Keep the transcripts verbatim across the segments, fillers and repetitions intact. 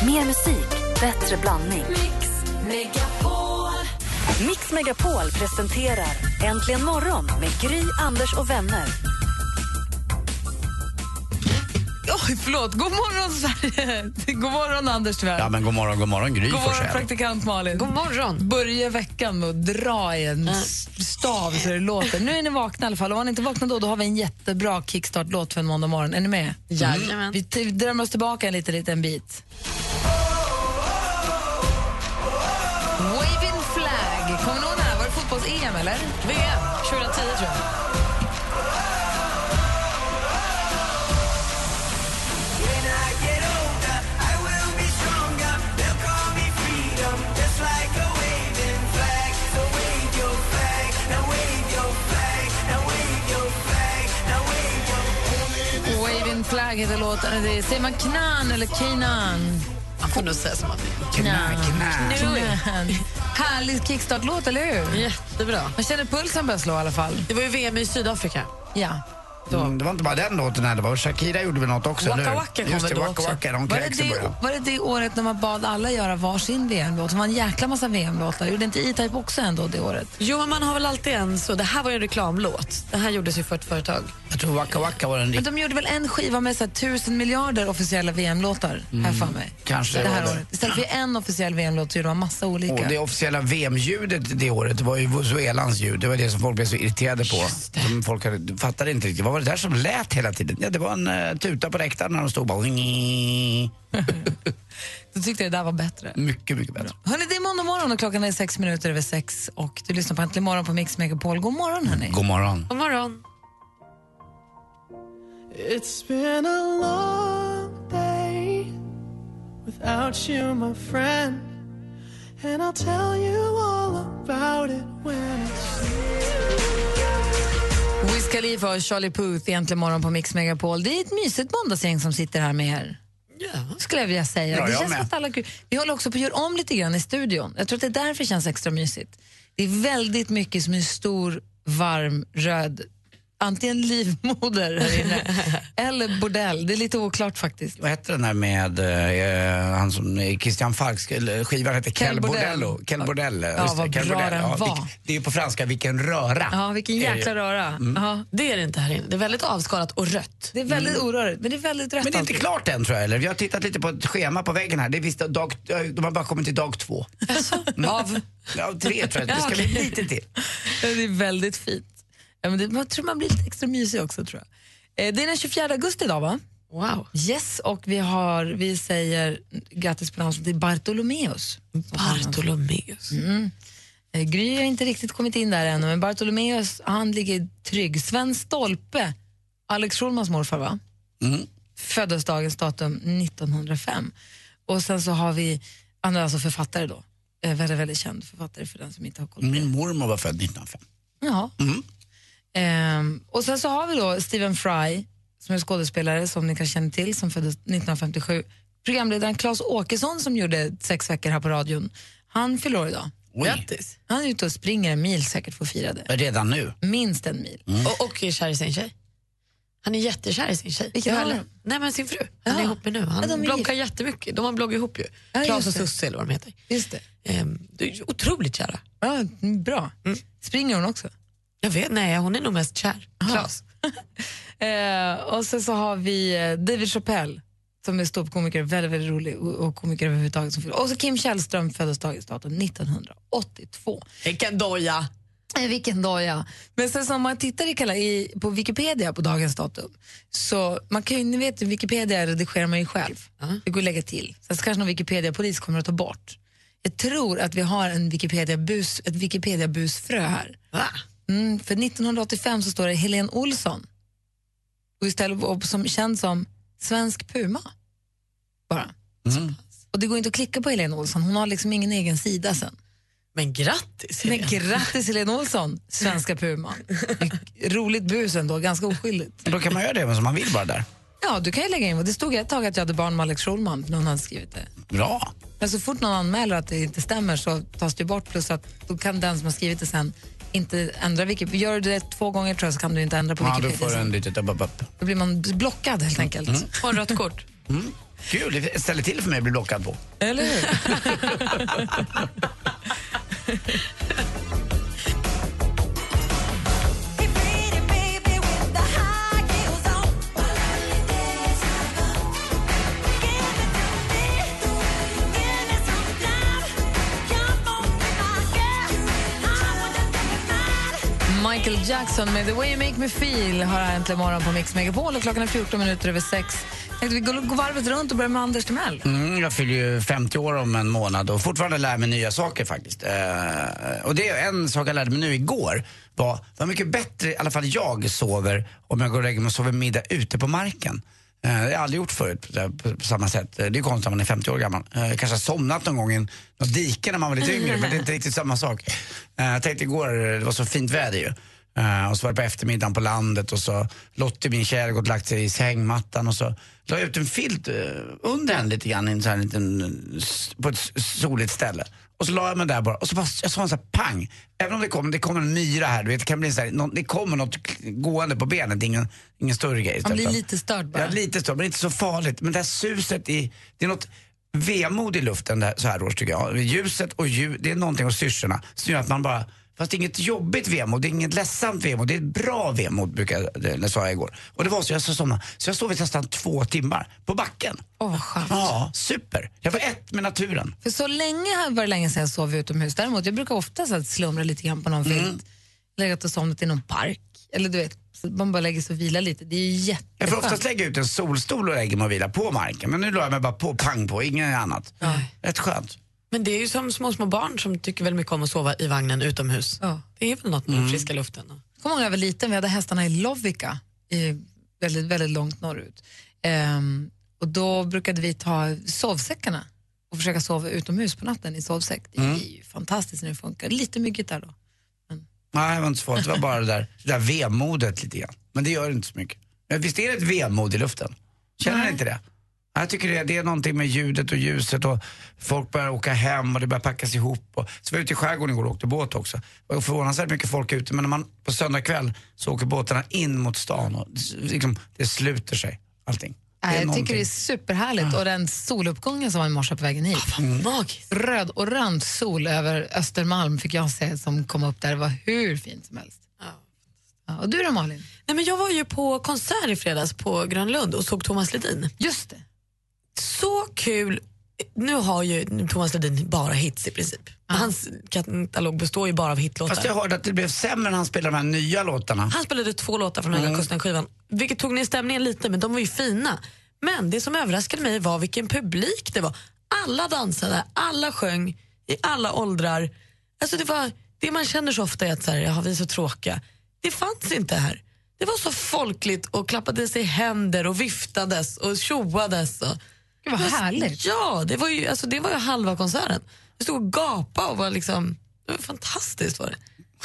Mer musik, bättre blandning. Mix Megapol. Mix Megapol presenterar Äntligen morgon med Gry, Anders och vänner. Oj, förlåt. God morgon, Sverige. God morgon, Anders, tyvärr. Ja, men god morgon, god morgon, Gry. God morgon, praktikant Malin. God morgon. Börja veckan med att dra i en mm. stav så det låter. Nu är ni vakna i alla fall. Och om ni inte vaknar då, då har vi en jättebra kickstart-låt för en måndag morgon. Är ni med? Jajamän. Vi t- drömmer oss tillbaka en liten, liten bit. Waving flag. Kommer ni ihåg det här? Var det fotbolls-E M eller? V M. tjugohundratio tror jag. Flag heter låten. Det är, säger man knan eller kinan? Man får nog säga som man vill. Knan, knan. Härlig kickstart-låt, eller hur? Jättebra. Man känner pulsen börja slå i alla fall. Det var ju V M i Sydafrika. Ja. Mm, det var inte bara den låten här, det var Shakira gjorde väl något också. Waka Waka kom väl då också. Waka, de var, det det, var det det året när man bad alla göra varsin V M-låt? Det var en jäkla massa V M-låtar. Gjorde inte E-Type också ändå det året? Jo, men man har väl alltid en så. Det här var ju en reklamlåt. Det här gjordes ju för ett företag. Jag tror Waka Waka var en... Men de gjorde väl en skiva med så här, tusen miljarder officiella V M-låtar mm. här för mig. Kanske det här det. året. Istället för en officiell V M-låt så gjorde man massa olika. Och det officiella V M-ljudet det året var ju Venezuelans ljud. Det var det som folk blev så irriterade på. Som folk hade, fattade inte riktigt. Vad var det där som lät hela tiden? Ja, det var en uh, tuta på läktaren när de stod bara... Du tyckte det där var bättre? Mycket, mycket bättre. Hörrni, det är måndag morgon och klockan är sex minuter över sex. Och du lyssnar på Äntligen morgon på Mix Megapol. God morgon, hörni. God morgon. God morgon. It's been a long day without you, my friend, and I'll tell you all about it when it's Wiz Khalifa och Charlie Puth Äntligen morgon på Mix Megapol. Det är ett mysigt måndagsgäng som sitter här med er. Ja. Skulle jag vilja säga. Ja, det jag känns med. att alla, vi håller också på att göra om lite grann i studion. Jag tror att det är därför det känns extra mysigt. Det är väldigt mycket som är stor, varm, röd, antingen livmoder här inne eller bordell. Det är lite oklart faktiskt. Vad heter den här med eh, han som Christian Falks skivan heter Kel Bordello. Kel Bordello. Ja, vad bra den ja, var. vilk, det är ju på franska vilken röra. Ja, vilken jäkla röra. Mm. Ja. Det är det inte här inne. Det är väldigt avskalat och rött. Det är väldigt mm. orörigt, men det är väldigt rött. Men det är inte alltid. klart än tror jag, eller? Vi har tittat lite på ett schema på väggen här. Det är visst dag, de har bara kommit till dag två. Mm. Av? Ja, tre tror jag. Det ska bli lite till. Det är väldigt fint. Ja, men det, man tror man blir lite extra mysig också, tror jag. Eh, det är den tjugofjärde augusti idag, va? Wow. Yes, och vi har, vi säger grattis på namnsdagen till Bartolomeus. Bartolomeus. Mm. Eh, Gry har inte riktigt kommit in där ännu, men Bartolomeus, han ligger trygg. Sven Stolpe, Alex Schulmans morfar, va? Mm. Föddes dagens datum nittonhundrafem. Och sen så har vi, han är alltså författare då. Eh, väldigt, väldigt känd författare för den som inte har koll på det. Min mormor var född nittonhundrafem. Ja. Mm. Ehm, och sen så har vi då Stephen Fry som är skådespelare som ni kanske känner till, som föddes nittonhundrafemtiosju. Programledaren Claes Åkesson som gjorde sex veckor här på radion. Han fyller år idag. Grattis. Han är ute och springer en mil säkert för att fira det. Redan nu? Minst en mil. Mm. Och, och är kär i sin tjej. Han är jättekär i sin tjej. Vilken ja, är Nej, men sin fru. Han Ja. är ihop med nu. Han Ja, de är bloggar gift. jättemycket. De har bloggat ihop ju. Ja, Claes och just det. Susse eller vad de heter. Just det. Ehm, det är ju otroligt kära. Ja, bra. Mm. Springer hon också? Jag vet, nej, hon är nog mest kär. Claes. Eh, och sen så har vi eh, David Chappelle som är ståuppkomiker, väldigt, väldigt rolig och, och komiker överhuvudtaget. Som fyller. Och så Kim Källström föddes dagens datum nittonhundraåttiotvå. Vilken doja! Eh, vilken doja. Men sen så om man tittar i, kalla, i, på Wikipedia på dagens datum så man kan ju, ni vet, Wikipedia redigerar man ju själv. Uh-huh. Det går att lägga till. Sen så kanske någon Wikipedia-polis kommer att ta bort. Jag tror att vi har en Wikipedia-bus, ett Wikipedia-busfrö här. Va? Mm, för nittonhundraåttiofem så står det Helene Olsson. Och istället och som känd som Svensk Puma. Bara. Mm. Och det går inte att klicka på Helene Olsson. Hon har liksom ingen egen sida sen. Men grattis, Men Helene. grattis Helene Olsson, Svenska Puma. Roligt bus ändå, ganska oskyldigt. Då kan man göra det men som man vill bara där. Ja, du kan ju lägga in. Och det stod ett tag att jag hade barn med Alex Schulman. Någon hade skrivit det. Bra. Men så fort någon anmäler att det inte stämmer så tas det bort. Plus att då kan den som har skrivit det sen inte ändra Wikipedia. Gör du det två gånger tror jag så kan du inte ändra på Ja, Wikipedia. då får du en litet upp, upp, upp. Då blir man blockad helt enkelt. Och en rött kort. Mm. Kul, det ställer till för mig att bli blockad på. Eller hur? Michael Jackson med The Way You Make Me Feel har här äntligen morgon på Mix Megapol och klockan är fjorton minuter över sex. Tänkte vi gå, gå varvet runt och börja med Anders Timell. Mm, jag fyller ju femtio år om en månad och fortfarande lär mig nya saker faktiskt. Eh, och det är en sak jag lärde mig nu igår var vad mycket bättre, i alla fall jag sover om jag går och lägger mig och sover middag ute på marken. Det har jag aldrig gjort förut på, på samma sätt. Det är konstigt när man är femtio år gammal. Jag kanske har somnat någon gång i något dike när man var lite yngre, men det är inte riktigt samma sak. Jag tänkte igår, det var så fint väder ju. Och så var det på eftermiddagen på landet och så Lottie, min tjej, hade gått och lagt sig i sängmattan och så la jag ut en filt under henne lite grann i en sån här liten, på ett soligt ställe. Och så la jag mig där bara och så bara, jag sa en sån här pang. Även om det kommer, det kommer en myra här, du vet, det kan bli så här, någon, det kommer något gående på benet, ingen, ingen större grej. Man blir lite störd bara. Ja, lite störd, men inte så farligt. Men det här suset i, det är något vemod i luften där, så här års tycker jag. Ljuset och ljud, det är någonting hos syrsorna som gör att man bara, fast det är inget jobbigt vemod, det är inget ledsamt vemod, det är ett bra vemod, brukar jag, det sa jag igår. Och det var så, jag så somnade. Så jag sov i nästan två timmar på backen. Åh, vad skönt. Ja, super. Jag var ett med naturen. För så länge var det länge sedan jag sov utomhus. Däremot, jag brukar ofta så att slumra lite grann på någon filt. Mm. Legat och somnat i någon park. Eller du vet, så man bara lägger sig och vila lite. Det är ju jätteskönt. Jag får oftast lägga ut en solstol och lägga mig och vila på marken. Men nu la jag mig bara på, pang på, inget annat. Mm. Rätt skönt. Men det är ju som små, små barn som tycker väldigt mycket om att sova i vagnen utomhus. Ja. Det är väl något med mm. den friska luften. Jag kommer ihåg när jag var liten, vi hade hästarna i Lovikka, i väldigt, väldigt långt norrut. Um, och då brukade vi ta sovsäckarna och försöka sova utomhus på natten i sovsäck. Det är mm. ju fantastiskt när det funkar. Lite mycket där då. Men... Nej, det var inte så farligt. Det var bara det där, det där vemodet lite grann. Men det gör inte så mycket. Men visst är det ett vemod i luften? Känner ni inte det? Jag tycker det, det är någonting med ljudet och ljuset och folk börjar åka hem och det börjar packas ihop. Och, så var jag ute i skärgården igår och åkte båt också. Och förvånansvärt mycket folk ute, men när man på söndag kväll så åker båtarna in mot stan och liksom, det sluter sig allting. Nej, jag någonting. tycker det är superhärligt. Och den soluppgången som var i morse på vägen hit. Mm. Röd orange sol över Östermalm fick jag se som kom upp där. Det var hur fint som helst. Ja. Ja, och du då, Malin? Nej, men jag var ju på konsert i fredags på Grönlund och såg Thomas Ledin. Just det. Så kul. Nu har ju Thomas Ledin bara hits i princip. Ah. Hans katalog består ju bara av hitlåtar. Fast jag hörde att det blev sämre när han spelade de här nya låtarna. Han spelade två låtar från mm. Höga Kusten-skivan, vilket tog ner stämningen lite, men de var ju fina. Men det som överraskade mig var vilken publik det var. Alla dansade, alla sjöng i alla åldrar. Alltså det var, det man känner så ofta är att så här, ja, vi är så tråkiga. Det fanns inte här. Det var så folkligt och klappade sig i händer och viftades och tjoades och det var härligt. Ja, det var ju, alltså, det var ju halva konserten. Jag stod och gapade och var liksom, det var fantastiskt var det.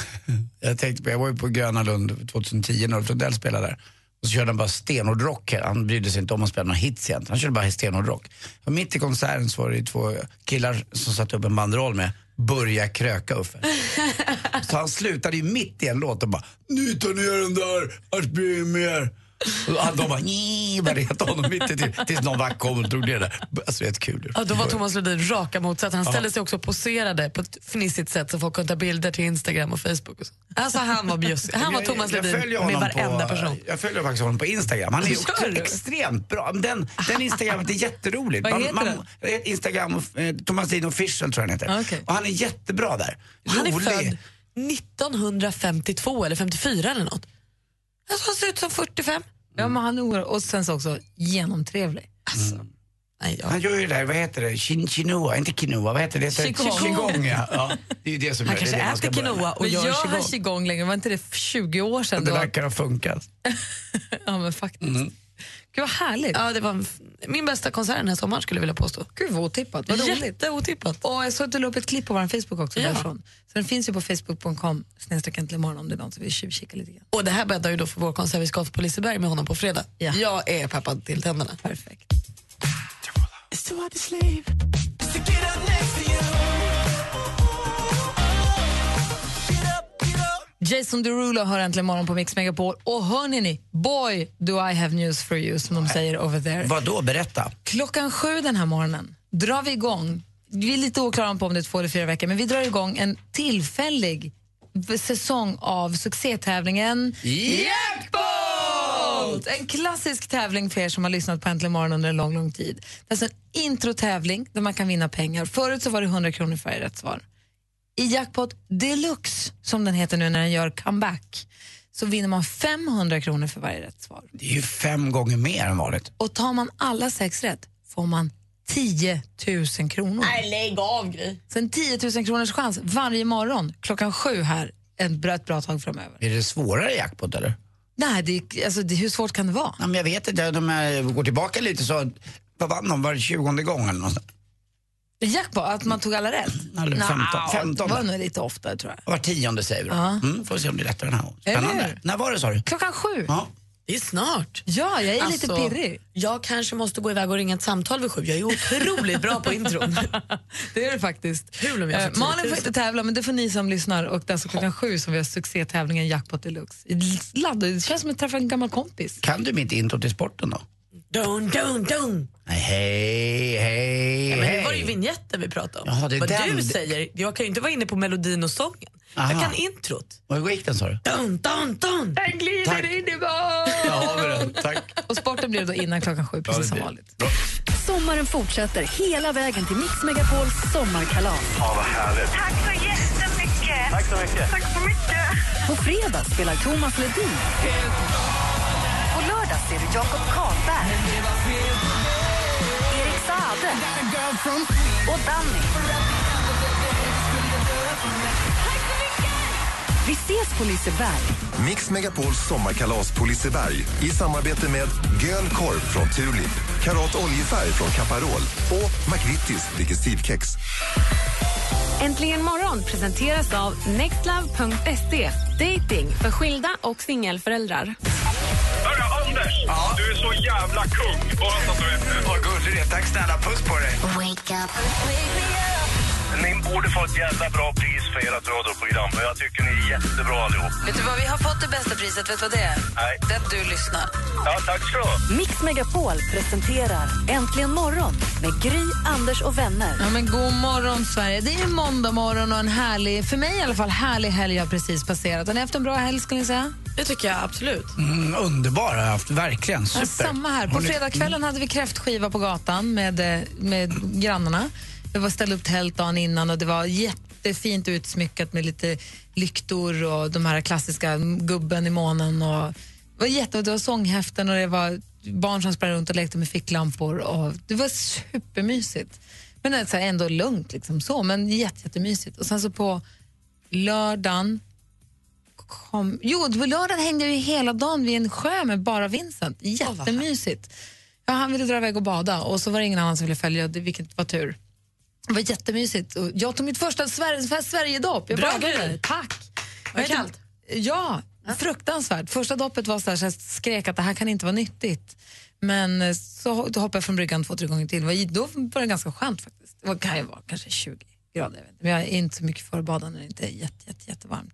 Jag tänkte på, jag var ju på Gröna Lund tjugohundratio när Ulf Lundell spelade där. Och så körde han bara stenhård rock här. Han brydde sig inte om att spela några hits egentligen. Han körde bara stenhård rock. Och mitt i konserten så var det två killar som satte upp en banderoll med börja kröka Uffe. Så han slutade ju mitt i en låt och bara, nu tar ner den där, annars blir det mer. Och de bara, nej, bara retade honom mitt i till, tills någon vack kom och drog det där. Alltså det är ett kul. Ja, då var Thomas Ledin raka motsats. Han ställde sig också och poserade på ett fnissigt sätt så folk kunde ta bilder till Instagram och Facebook. Och så. Alltså han var bjussig. Han var Thomas Ledin med varenda på, person. Jag följer faktiskt honom på Instagram. Han är ju extremt bra. Den, den Instagramet är jätteroligt. Vad heter man, den? man, Instagram, eh, Thomas Ledin Official tror jag han heter. Okay. Och han är jättebra där. Han är född nittonhundrafemtiotvå eller femtiofyra eller något. Alltså, han ser ut som fyrtiofem. Ja, men han är och sen så också genomtrevlig. Alltså. Mm. Nej, ja. Han gör ju det där, vad heter det? Chin Chinoa, inte quinoa, vad heter det? Qigong. Qigong, ja. Ja. Det är ju det som han gör, kanske det äter quinoa och gör qigong. Han qigong längre, var inte det tjugo år sedan? Det verkar ha funkat. Ja, men faktiskt. Mm. Gud vad härligt. Ja, det var min bästa konsert den här sommaren skulle jag vilja påstå. Gud vad otippat, vad roligt. Jätteotippat. Och jag såg att du la upp ett klipp på vår Facebook också ja. därifrån. Så den finns ju på facebook punkt com snedstreck äntligen morgon om det är någon som vill tjuvkika lite grann. Och det här bäddar ju då för vår konsert vi ska på Liseberg med honom på fredag. Ja. Jag är peppad till tänderna. Perfekt. Jason Derulo hör äntligen morgon på Mix Megapol. Och hörni ni, boy do I have news for you, som de säger over there. Vad då? Berätta. Klockan sju den här morgonen drar vi igång. Vi är lite oklara på om det är två eller fyra veckor, men vi drar igång en tillfällig säsong av succétävlingen Jackpot! En klassisk tävling för er som har lyssnat på Äntligen morgon under en lång, lång tid. Det är alltså en introtävling där man kan vinna pengar. Förut så var det hundra kronor för rätt svar. I Jackpot Deluxe, som den heter nu när den gör comeback, så vinner man femhundra kronor för varje rätt svar. Det är ju fem gånger mer än vanligt. Och tar man alla sex rätt får man tio tusen kronor. Nej, lägg av, Gry. Sen tio tusen kronors chans varje morgon klockan sju här en bra, ett bra tag framöver. Är det svårare Jackpot eller? Nej, det, alltså, det, hur svårt kan det vara? Ja, men jag vet inte, de här, går tillbaka lite så, vad vann de, var det tjugonde gången eller något? Jackpot, att man tog alla rätt? Eller femton, femton. Det var nog lite ofta, tror jag. Var tionde säger vi då. Ja. Mm, får vi se om det är lättare den här gången. Eller Spännande. hur? När var det, sa du? Klockan sju. Ja. Det är snart. Ja, jag är Alltså, lite pirrig. Jag kanske måste gå iväg och ringa ett samtal vid sju. Jag är otroligt bra på intron. Det är det faktiskt. Kul om jag får Eh, Malin får inte tävla, men det får ni som lyssnar. Och det är alltså klockan sju som vi har succétävlingen Jackpot Deluxe. Ladd, det känns som att träffa en gammal kompis. Kan du mitt intro till sporten då? Dun, dun, dun. Nej, hej, hej, Ja, men hej. det var ju vignetten vi pratade om. Jaha, det är Vad den. du säger, jag kan ju inte vara inne på melodin och sången. Aha. Jag kan introt. Vad gick den, sa du? Dun, dun, dun. Den glider Tack. in i barn. Ja, har vi den. Tack. Och sporten blir det då innan klockan sju, precis Ja, som det- vanligt. Sommaren fortsätter hela vägen till Mix Megapols sommarkalas. Ja, vad härligt. Tack så jättemycket. Tack så mycket. Tack så mycket. På fredag spelar Thomas Ledin. På lördag ser du Jakob Karlberg. Erik Saade. Och Danny. Vi ses på Liseberg. Mix Megapols sommarkalas på Liseberg i samarbete med Göl Korv från Tulip, Karat oljefärg från Caparol och McVittys digestivkex. Äntligen morgon presenteras av nextlove punkt se. Dating för skilda och singelföräldrar. Hörru, Anders! Ja? Du är så jävla kung. Bara så att du vet det. Vad gullig det är. Tack snälla, puss på dig. Ni borde få ett jävla bra pris för ert radioprogram. Och jag tycker ni är jättebra allihop. Vet du vad, vi har fått det bästa priset, vet du vad det är? Nej. Det är att du lyssnar. Ja, tack ska du ha. Mix Megapol presenterar Äntligen morgon med Gry, Anders och vänner. Ja, men god morgon Sverige. Det är ju måndag morgon och en härlig, för mig i alla fall, härlig helg har precis passerat. Har ni haft en bra helg, skulle ni säga? Det tycker jag absolut. Mm, underbar har jag haft, verkligen. Super. Ja, samma här. På Har ni- fredagskvällen hade vi kräftskiva på gatan med, eh, med grannarna. Vi var ställda upp tält dagen innan och det var jättefint utsmyckat med lite lyktor och de här klassiska gubben i månen. Och det var jätte, det var sånghäften och det var barn som sprang runt och lekte med ficklampor. Och det var supermysigt. Men det är så här ändå lugnt, liksom så, men jätte, jättemysigt. Och sen så på lördagen kom, jo, på lördagen hängde jag ju hela dagen vid en sjö med bara Vincent. Jättemysigt. Ja, han ville dra iväg och bada och så var det ingen annan som ville följa, det, vilket var tur. Det var jättemysigt. Och jag tog mitt första Sverige, Sverigedopp. Jag Bra, badade. Gry. Tack. Var det kallt? Ja, fruktansvärt. Första doppet var så här, så jag skrek att det här kan inte vara nyttigt. Men så då hoppade jag från bryggan två, tre gånger till. Då var det ganska skönt faktiskt. Det var, kan ju vara kanske tjugo grader. Jag vet inte. Men jag är inte så mycket för badan när det inte är jätte, jätte, jättevarmt.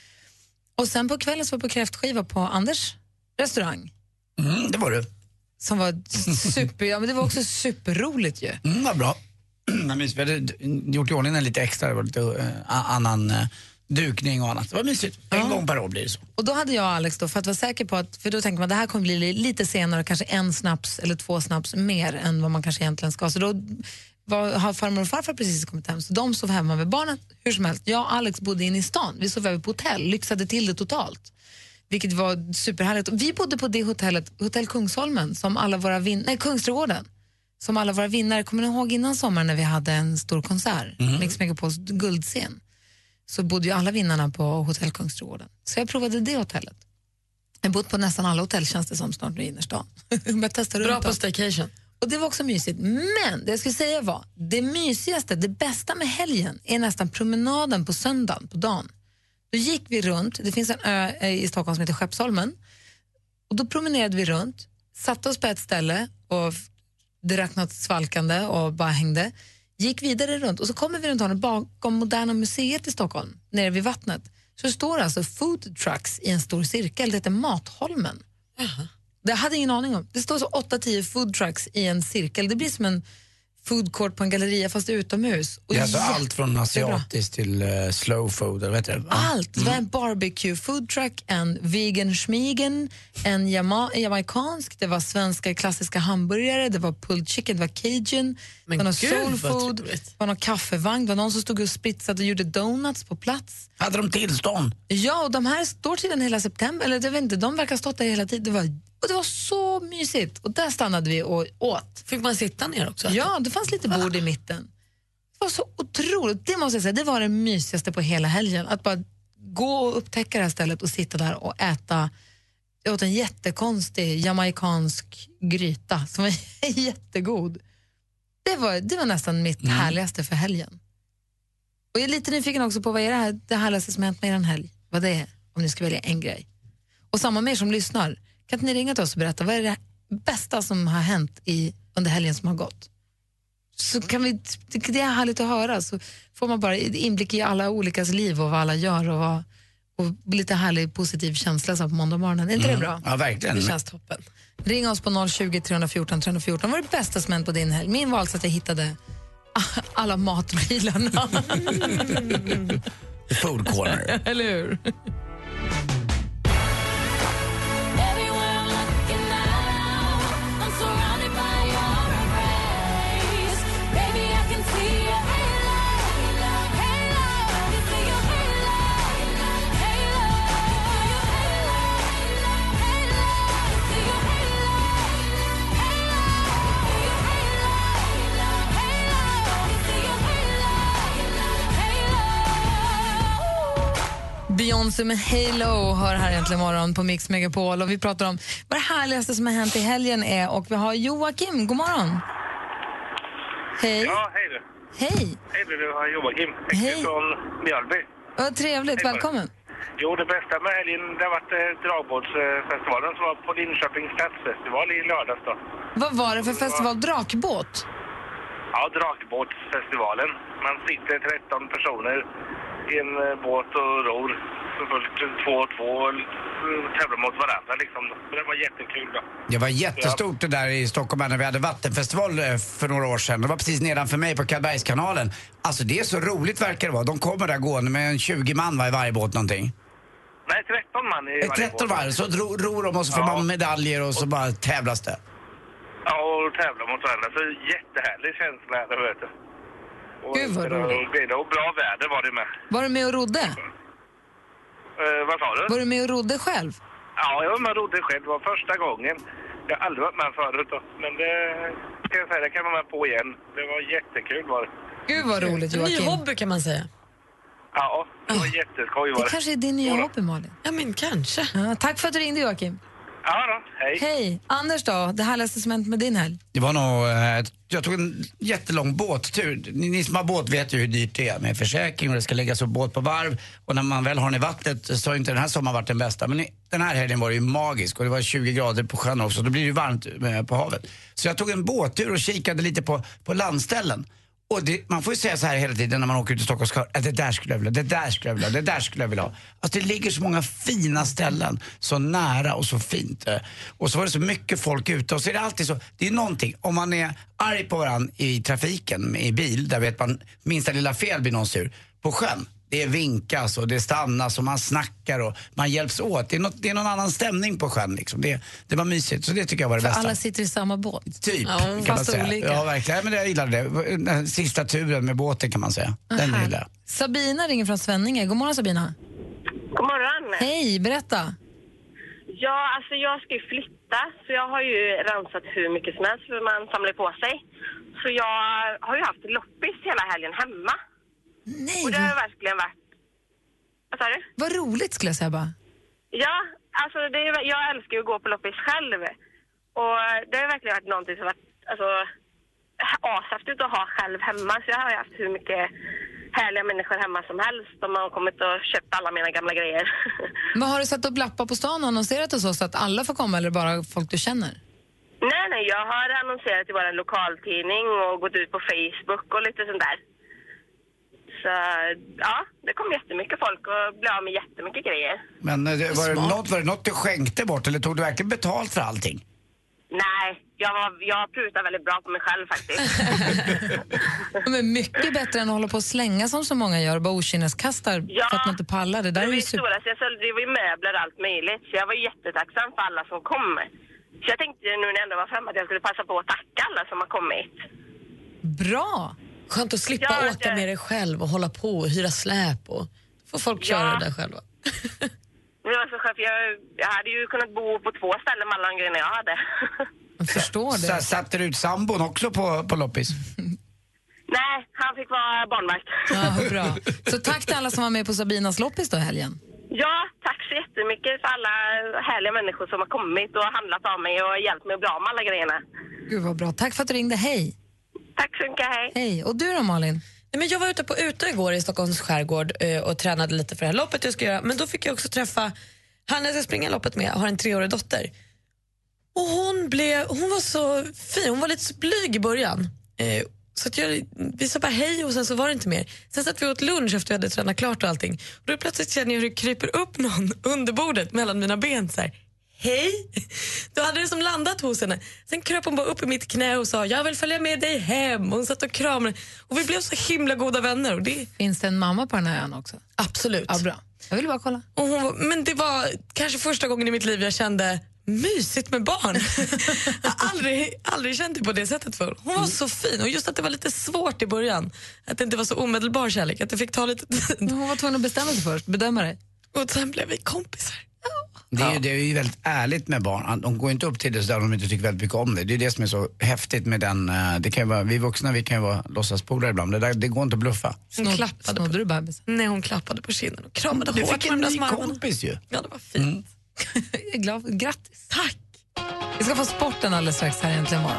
Och sen på kvällen så var jag på kräftskiva på Anders restaurang. Mm, det var du. Som var super, ja men det var också superroligt ju. Mm, vad bra. Vi hade gjort i ordning en lite extra, det var lite uh, annan uh, dukning och annat. Det var mysigt. En Ja. gång per år blir det så. Och då hade jag och Alex då, för att vara säker på att, för då tänkte man det här kommer bli li- lite senare, kanske en snaps eller två snaps mer än vad man kanske egentligen ska. Så då var, har farmor och farfar precis kommit hem, så de sov hemma med barnen hur som helst. Jag och Alex bodde inne i stan, vi sov över på hotell, lyxade till det totalt. Vilket var superhärligt. Vi bodde på det hotellet, Hotell Kungsholmen, som alla våra vin- nej, Kungsträdgården. Som alla våra vinnare, kommer ni ihåg innan sommaren när vi hade en stor konsert, mm. Mix Megapols guldscen, så bodde ju alla vinnarna på Hotell Kungsträdgården. Så jag provade det hotellet. Jag har bott på nästan alla hotell, känns det som, snart nu i innerstan. Jag testade Bra runt på dem. staycation. Och det var också mysigt. Men det jag skulle säga var, det mysigaste, det bästa med helgen är nästan promenaden på söndagen, på dagen. Då gick vi runt, det finns en ö i Stockholm som heter Skeppsholmen. Och då promenerade vi runt, satte oss på ett ställe och det drack något svalkande och bara hängde. Gick vidare runt och så kommer vi runt hörnet bakom Moderna museet i Stockholm, nere vid vattnet. så står det alltså food trucks i en stor cirkel. Det heter Matholmen. Uh-huh. Det hade ingen aning om. Det står så åtta tio food trucks i en cirkel. Det blir som en food court på en galleria fast utomhus. Och det är alltså jättebra. Allt från asiatiskt till uh, slow food, eller vet du? Allt. Det var en barbecue food truck, en vegan schmigen, en jama- jamaikansk, det var svenska klassiska hamburgare, det var pulled chicken, det var cajun, det var någon soul food, det var någon kaffevagn, det var någon som stod och spritsade och gjorde donuts på plats. Hade de tillstånd? Ja, och de här står till den hela september, eller jag vet inte, de verkar ha stått där hela tiden. Det var, och det var så mysigt. Och där stannade vi och åt. Fick man sitta ner också? Ja, det fanns lite bord i mitten. Det var så otroligt. Det måste jag säga, det var det mysigaste på hela helgen. Att bara gå och upptäcka det här stället och sitta där och äta. Jag åt en jättekonstig jamaikansk gryta som var jättegod. Det var, det var nästan mitt mm. härligaste för helgen. Och jag är lite nyfiken också på vad är det här det härligaste som hänt med er en helg? Vad det är, om ni ska välja en grej. Och samma med er som lyssnar. Kan inte ni ringa till oss och berätta vad är det bästa som har hänt i, under helgen som har gått? Så kan vi, det är härligt att höra. Så får man bara inblick i alla olikas liv och vad alla gör och, vad, och lite härlig positiv känsla så på måndag morgonen. Är inte mm. det bra? Ja, verkligen. Det känns toppen. Ring oss på noll tjugo, tre fjorton, tre fjorton. Vad är det bästa som hänt på din helg? Min var alltså att jag hittade alla matbilarna. Food corner. Eller hur? Beyoncé med Halo hör här egentligen imorgon på Mix Megapol och vi pratar om vad det härligaste som har hänt i helgen är och vi har Joakim, god morgon. Hej. Ja, hej du. Hej. Hej du, du har Joakim. Hej. Från Mjölby. Vad trevligt, hej, välkommen. Jo, det bästa med helgen, det har varit eh, dragbåtsfestivalen som var på Linköpings stadsfestival i lördags då. Vad var det för festival? Drakbåt? Ja, drakbåtsfestivalen. Man sitter tretton personer i en båt och ror så fullt två och två tävlar mot varandra liksom. Det var jättekul då. Det var jättestort det där i Stockholm när vi hade vattenfestival för några år sedan. Det var precis nedanför mig på Karlbergskanalen. Alltså det är så roligt verkar det vara. De kommer där gående med en tjugo man var i varje båt någonting. Nej, tretton man i varje tretton var så ro, ror de och så får ja. man medaljer och så bara tävlas det. Ja, och tävlar mot varandra. Så jättehärlig känsla, det vet du. Och Gud vad roligt. Och bra väder var det med. Var du med och rodde? Uh, vad sa du? Var du med och rodde själv? Ja, jag var med och rodde själv. Det var första gången. Jag har aldrig varit med förut då. Men det kan jag säga, det kan man med på igen. Det var jättekul var det. Gud vad roligt, Joakim. En ny hobby kan man säga. Ja, det var oh. jätteskoj var det. Det kanske är din nya hobby, Malin. Ja, men kanske. Ja, tack för att du ringde, Joakim. Ja då, hej. Hej. Anders då, det härligaste som hänt med din helg? Det var nog, eh, jag tog en jättelång båttur. Ni, ni som har båt vet ju hur dyrt det är med försäkring och det ska läggas upp båt på varv. Och när man väl har den i vattnet så har inte den här sommaren varit den bästa. Men i, den här helgen var det ju magisk och det var tjugo grader på sjön också. Då blir det ju varmt eh, på havet. Så jag tog en båttur och kikade lite på, på landställen. Och det, man får ju säga så här hela tiden när man åker ut till Stockholm att det där skulle jag vilja, det där skulle jag vilja, det där skulle jag vilja ha. Alltså det ligger så många fina ställen, så nära och så fint. Och så var det så mycket folk ute och så är det alltid så, det är någonting, om man är arg på varandra i trafiken, i bil, där vet man minsta lilla fel blir någon sur. På sjön, det är vinkas och det stannas och man snackar och man hjälps åt. Det är, något, det är någon annan stämning på sjön liksom. Det, det var mysigt, så det tycker jag var det För bästa. alla sitter i samma båt? Typ, ja, kan man säga. Olika. Ja, verkligen. Men jag gillade det. Den sista turen med båten kan man säga. Den gillar jag. Sabina ringer från Svenninge. God morgon, Sabina. God morgon. Hej, berätta. Ja, alltså jag ska ju flytta, så jag har ju rensat hur mycket som helst för man samlar på sig. Så jag har ju haft loppis hela helgen hemma. Nej. Och det har verkligen varit... Vad sa du? Vad roligt skulle jag säga bara. Ja, alltså det är, jag älskar ju att gå på loppis själv. Och det har verkligen varit någonting som varit alltså, ashäftigt att ha själv hemma. Så jag har haft hur mycket härliga människor hemma som helst. De har kommit och köpt alla mina gamla grejer. Men har du satt upp lappar på stan och annonserat och så, så att alla får komma eller bara folk du känner? Nej, nej, jag har annonserat i våra lokaltidning och gått ut på Facebook och lite sånt där. Så ja, det kom jättemycket folk och blev av med jättemycket grejer. Men var det, något, var det något du skänkte bort eller tog du verkligen betalt för allting? Nej, jag, var, jag prutar väldigt bra på mig själv faktiskt. Men mycket bättre än att hålla på och slänga som så många gör och bara okynneskastar Ja, för att man inte pallar. Det där det är var ju ju super... stora, så jag sålde, det var ju möbler och allt möjligt. Så jag var jättetacksam för alla som kom. Så jag tänkte nu när jag ändå var framme att jag skulle passa på att tacka alla som har kommit. Bra! Skönt att slippa Ja, åka det- med dig själv och hålla på och hyra släp och får folk köra Ja. det där själva. Det var så skönt, för jag, jag hade ju kunnat bo på två ställen med alla de grejerna jag hade. Jag förstår det. S- satte du ut sambon också på, på loppis? Nej, han fick vara barnvakt. Ja, bra. Så tack till alla som var med på Sabinas loppis då i helgen. Ja, tack så jättemycket för alla härliga människor som har kommit och handlat av mig och hjälpt mig att bli av med alla grejerna. Gud vad bra. Tack för att du ringde. Hej. Tack så mycket, hej. Hej. Och du då Malin? Nej, men jag var ute på Utö igår i Stockholms skärgård eh, och tränade lite för det här loppet jag ska göra. Men då fick jag också träffa han jag ska springa loppet med, har en treårig dotter. Och hon blev, hon var så fin, hon var lite så blyg i början. Eh, så att jag, vi sa bara hej och sen så var det inte mer. Sen satt vi åt lunch efter vi hade tränat klart och allting. Och då plötsligt känner jag hur det kryper upp någon under bordet mellan mina ben så här. Hej! Då hade det som landat hos henne. Sen kröp hon bara upp i mitt knä och sa jag vill följa med dig hem. Hon satt och kramade. Och vi blev så himla goda vänner. Och det... Finns det en mamma på den här ön också? Absolut. Ja, bra. Jag vill bara kolla. Och hon, var- men det var kanske första gången i mitt liv jag kände mysigt med barn. Jag har aldrig, aldrig känt det på det sättet förr. Hon var så fin och just att det var lite svårt i början. Att det inte var så omedelbar kärlek. Att det fick ta lite tid. Men hon var tvungen att bestämma sig först, bedöma det. Och sen blev vi kompisar. Det är, ju, det är ju väldigt ärligt med barn. De går inte upp till det så där om de inte tycker väldigt mycket om det. Det är det som är så häftigt med den. eh, Det kan ju vara, vi vuxna vi kan ju vara låtsaspolare ibland. Det, där, det går inte att bluffa. Hon Snod, klappade snodde på, du bebisen? nej, hon klappade på kinden och kramade Du hårt fick med en de där ny små armarna. kompis ju. Ja, det var fint. Jag är glad. Grattis. Tack! Vi ska få sporten alldeles strax här egentligen imorgon.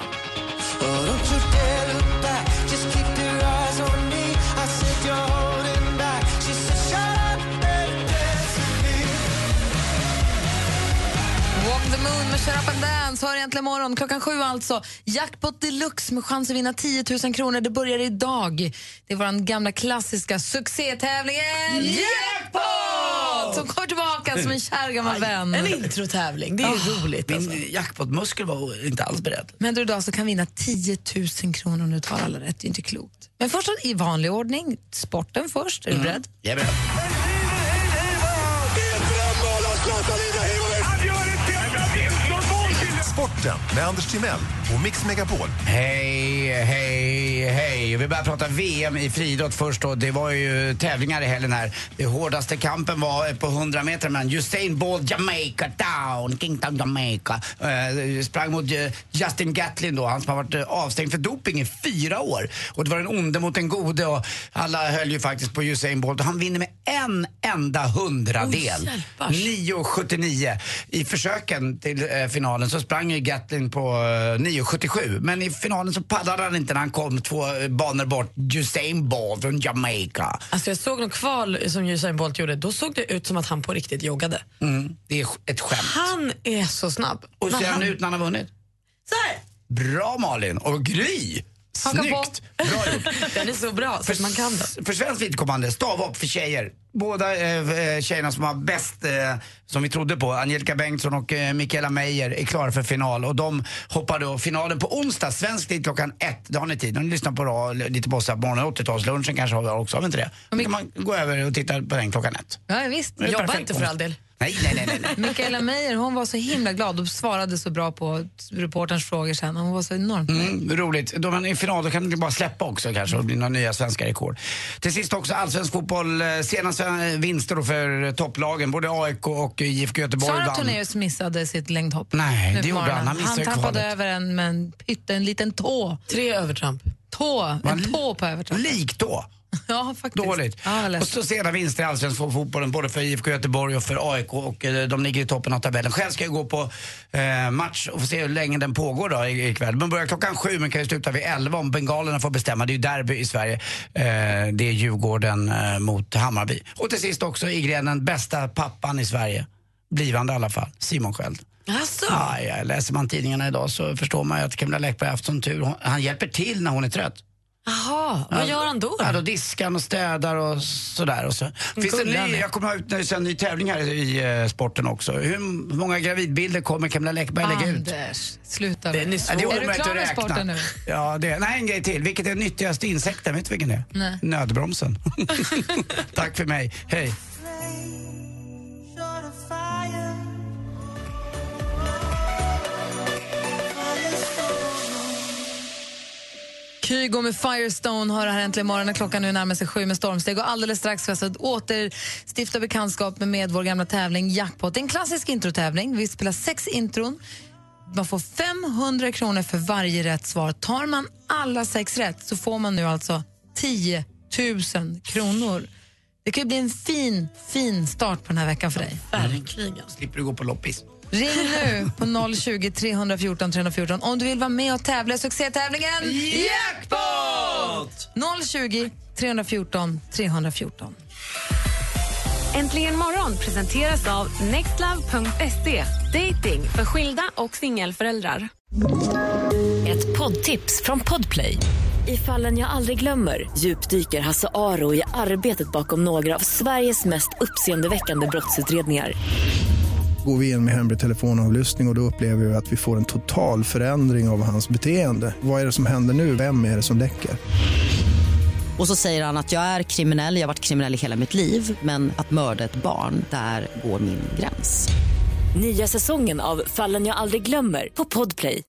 Walk the moon med Shut Up and Dance hör egentligen imorgon. Klockan sju alltså. Jackpot Deluxe med chans att vinna tio tusen kronor. Det börjar idag. Det är vår gamla klassiska succétävlingen Jackpot! Som kommer tillbaka som en kär gammal vän. En introtävling, det är ju roligt. Alltså. Min jackpotmuskel var inte alls beredd. Men du idag så kan vinna tio tusen kronor om du tar alla rätt. Det är inte klokt. Men först i vanlig ordning, sporten först. Är du beredd? Jag är beredd. Sporten med Anders Timell och Mix Megapol. Hej, hej, hej. Vi börjar prata V M i friidrott först då. Det var ju tävlingar i helgen här. Det hårdaste kampen var på hundra meter men Usain Bolt, Jamaica Town, Kingtown, Jamaica. Eh, sprang mot eh, Justin Gatlin då, han som har varit eh, avstängd för doping i fyra år. Och det var en onde mot en gode och alla höll ju faktiskt på Usain Bolt. Han vinner med en enda hundradel. nio sjuttionio. I försöken till eh, finalen så sprang ju Gatlin på eh, nio sjuttiosju. Men i finalen så paddade han inte när han kom två eh, banor bort. Usain Bolt från Jamaica. Alltså jag såg någon kval som Usain Bolt gjorde. Då såg det ut som att han på riktigt joggade. Mm, det är ett skämt. Han är så snabb. Och ser När han ut när han har vunnit? Så här. Bra Malin. Och Gry. Haka på. Snyggt. Bra gjort. Den är så bra så att man kan den. För svensk vidkommande, stavhopp för tjejer. Båda eh, tjejerna som var bäst, eh, som vi trodde på, Angelica Bengtsson och eh, Mikaela Meijer, är klara för final. Och de hoppar då finalen på onsdag, svensk tid klockan ett. Det har ni tid. Om ni lyssnar på då, lite på oss på morgonen, åttiotalslunchen kanske har vi också, har vi inte det? Då kan man gå över och titta på den klockan ett. Ja, visst. Det är Jobba perfekt inte för all del. Nej, nej, nej, nej, nej. Mikaela Meijer, hon var så himla glad och svarade så bra på reporterns frågor sen. Hon var så enormt nöjd. Mm, roligt. Då man är i final då kan det bara släppa också kanske och bli några nya svenska rekord. Till sist också allsvensk fotboll. Senaste vinster då för topplagen. Både A I K och I F K Göteborg Sara vann. Tornéus missade sitt längdhopp. Nej, nu det på gjorde morgonen. han. Han missade Han tappade kvalet. över en, med en pytte, en liten tå. Tre övertramp. Tå, en tå på övertramp. Lik då. Ja, faktiskt. Dåligt. Ja, jag och läste. så sena vinster i allsvensk fotbollen både för I F K Göteborg och för A I K och eh, de ligger i toppen av tabellen. Själv ska jag gå på eh, match och få se hur länge den pågår då i- ikväll. Men börjar klockan sju men kan ju sluta vid elva om bengalerna får bestämma. Det är ju derby i Sverige. Eh, det är Djurgården eh, mot Hammarby. Och till sist också i grenen bästa pappan i Sverige. Blivande i alla fall. Simon Sköld. Alltså. Ja, ja, läser man tidningarna idag så förstår man ju att Camilla Läckberg har haft sån tur. Hon- Han hjälper till när hon är trött. Jaha, vad gör han då? Ja, då diskar han och städar och sådär. Och så. Finns det ny, jag kommer ha ut nu, en ny tävling här i uh, sporten också. Hur många gravidbilder kommer Camilla Läckberg lägga ut? Anders, sluta. Det är, är, ja, det är, är du klar med sporten nu? Ja, det är, nej, en grej till. Vilket är den nyttigaste insekten? Vet du vilken det är? Nej. Nödbromsen. Tack för mig. Hej. Kygo med Firestone har här äntligen morgon när klockan nu närmar sig sju med stormsteg och alldeles strax ska jag återstifta bekantskap med, med vår gamla tävling Jackpot. Det är en klassisk introtävling. Vi spelar sex intron. Man får femhundra kronor för varje rätt svar. Tar man alla sex rätt så får man nu alltså tio tusen kronor. Det kan ju bli en fin, fin start på den här veckan för dig. Verkligen. Slipper du gå på loppis. Ring nu på noll tjugo, tre fjorton, tre fjorton om du vill vara med och tävla i succétävlingen Jackpot! noll tjugo, tre fjorton, tre fjorton. Äntligen morgon presenteras av nextlove punkt se. Dating för skilda och singelföräldrar. Ett poddtips från Podplay. I Fallen jag aldrig glömmer djupdyker Hasse Aro i arbetet bakom några av Sveriges mest uppseendeväckande brottsutredningar. Går vi in med hemlig telefonavlyssning och, och då upplever vi att vi får en total förändring av hans beteende. Vad är det som händer nu? Vem är det som läcker? Och så säger han att jag är kriminell, jag har varit kriminell i hela mitt liv. Men att mörda ett barn, där går min gräns. Nya säsongen av Fallen jag aldrig glömmer på Podplay.